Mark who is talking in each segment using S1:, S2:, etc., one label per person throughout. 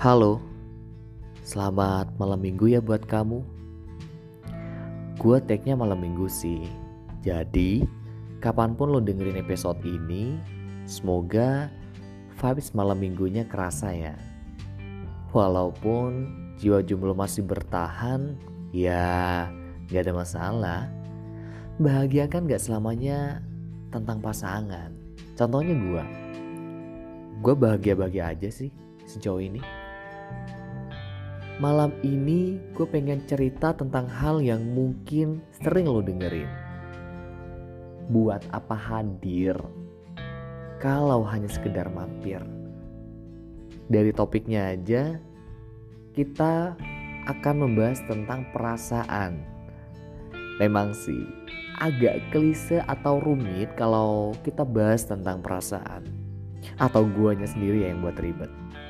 S1: Halo, selamat malam minggu ya buat kamu. Gua tag-nya malam minggu sih. Jadi, kapanpun lo dengerin episode ini, semoga vibes malam minggunya kerasa ya. Walaupun jiwa jomblo masih bertahan, ya gak ada masalah. Bahagia kan gak selamanya tentang pasangan. Contohnya gue bahagia-bahagia aja sih sejauh ini. Malam ini gue pengen cerita tentang hal yang mungkin sering lo dengerin. Buat apa hadir kalau hanya sekedar mampir? Dari topiknya aja kita akan membahas tentang perasaan. Memang sih agak klise atau rumit kalau kita bahas tentang perasaan. Atau guanya sendiri yang buat ribet.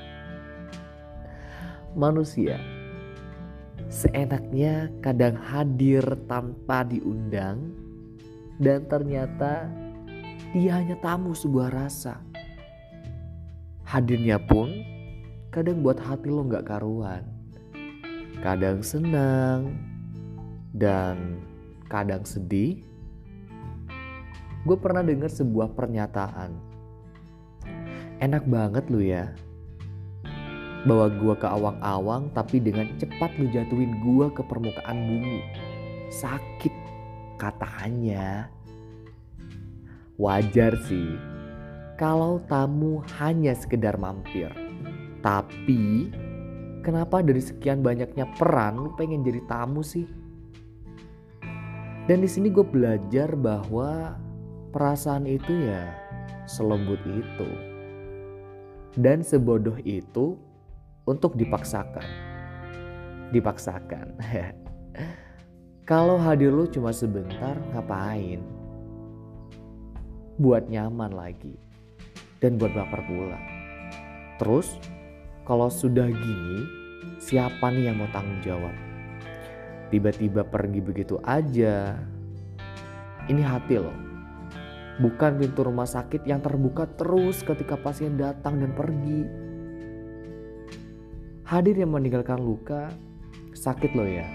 S1: Manusia seenaknya kadang hadir tanpa diundang, dan ternyata dia hanya tamu sebuah rasa. Hadirnya pun kadang buat hati lo gak karuan. Kadang senang dan kadang sedih. Gue pernah dengar sebuah pernyataan, enak banget lu ya bawa gua ke awang-awang, tapi dengan cepat lu jatuhin gua ke permukaan bumi. Sakit katanya. Wajar sih kalau tamu hanya sekedar mampir. Tapi kenapa dari sekian banyaknya peran lu pengen jadi tamu sih? Dan di sini gue belajar bahwa perasaan itu ya selembut itu dan sebodoh itu untuk dipaksakan. Kalau hadir lu cuma sebentar, ngapain? Buat nyaman lagi. Dan buat baper pula. Terus kalau sudah gini, siapa nih yang mau tanggung jawab? Tiba-tiba pergi begitu aja. Ini hati loh. Bukan pintu rumah sakit yang terbuka terus ketika pasien datang dan pergi. Hadir yang meninggalkan luka, sakit loh ya.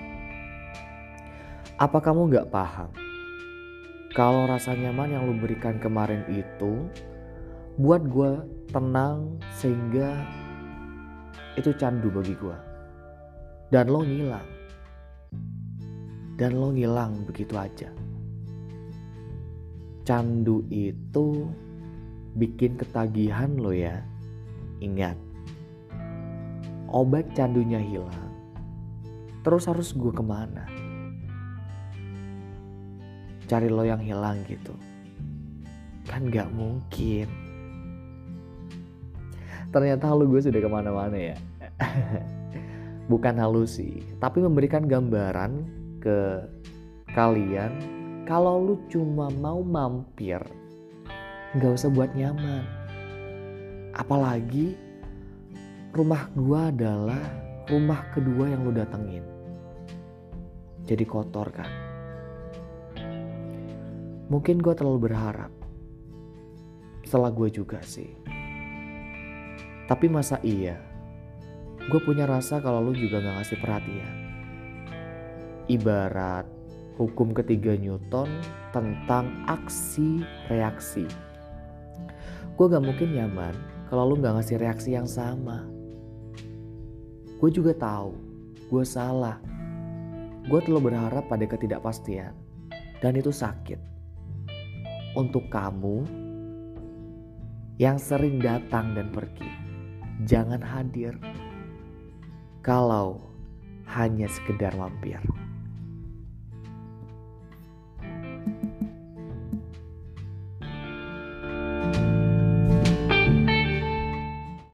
S1: Apa kamu gak paham? Kalau rasa nyaman yang lu berikan kemarin itu buat gue tenang, sehingga itu candu bagi gue. Dan lo ngilang begitu aja. Candu itu bikin ketagihan lo ya. Ingat, obat candunya hilang. Terus harus gue kemana? Cari lo yang hilang gitu. Kan gak mungkin. Ternyata halu gue sudah kemana-mana ya. Bukan halusi, tapi memberikan gambaran ke kalian. Kalau lu cuma mau mampir, gak usah buat nyaman. Apalagi rumah gua adalah rumah kedua yang lu datengin. Jadi kotor kan? Mungkin gua terlalu berharap. Salah gua juga sih. Tapi masa iya? Gua punya rasa kalau lu juga gak ngasih perhatian. Ibarat hukum ketiga Newton tentang aksi reaksi. Gua gak mungkin nyaman kalau lu gak ngasih reaksi yang sama. Gue juga tahu, gue salah. Gue terlalu berharap pada ketidakpastian. Dan itu sakit. Untuk kamu yang sering datang dan pergi, jangan hadir kalau hanya sekedar mampir.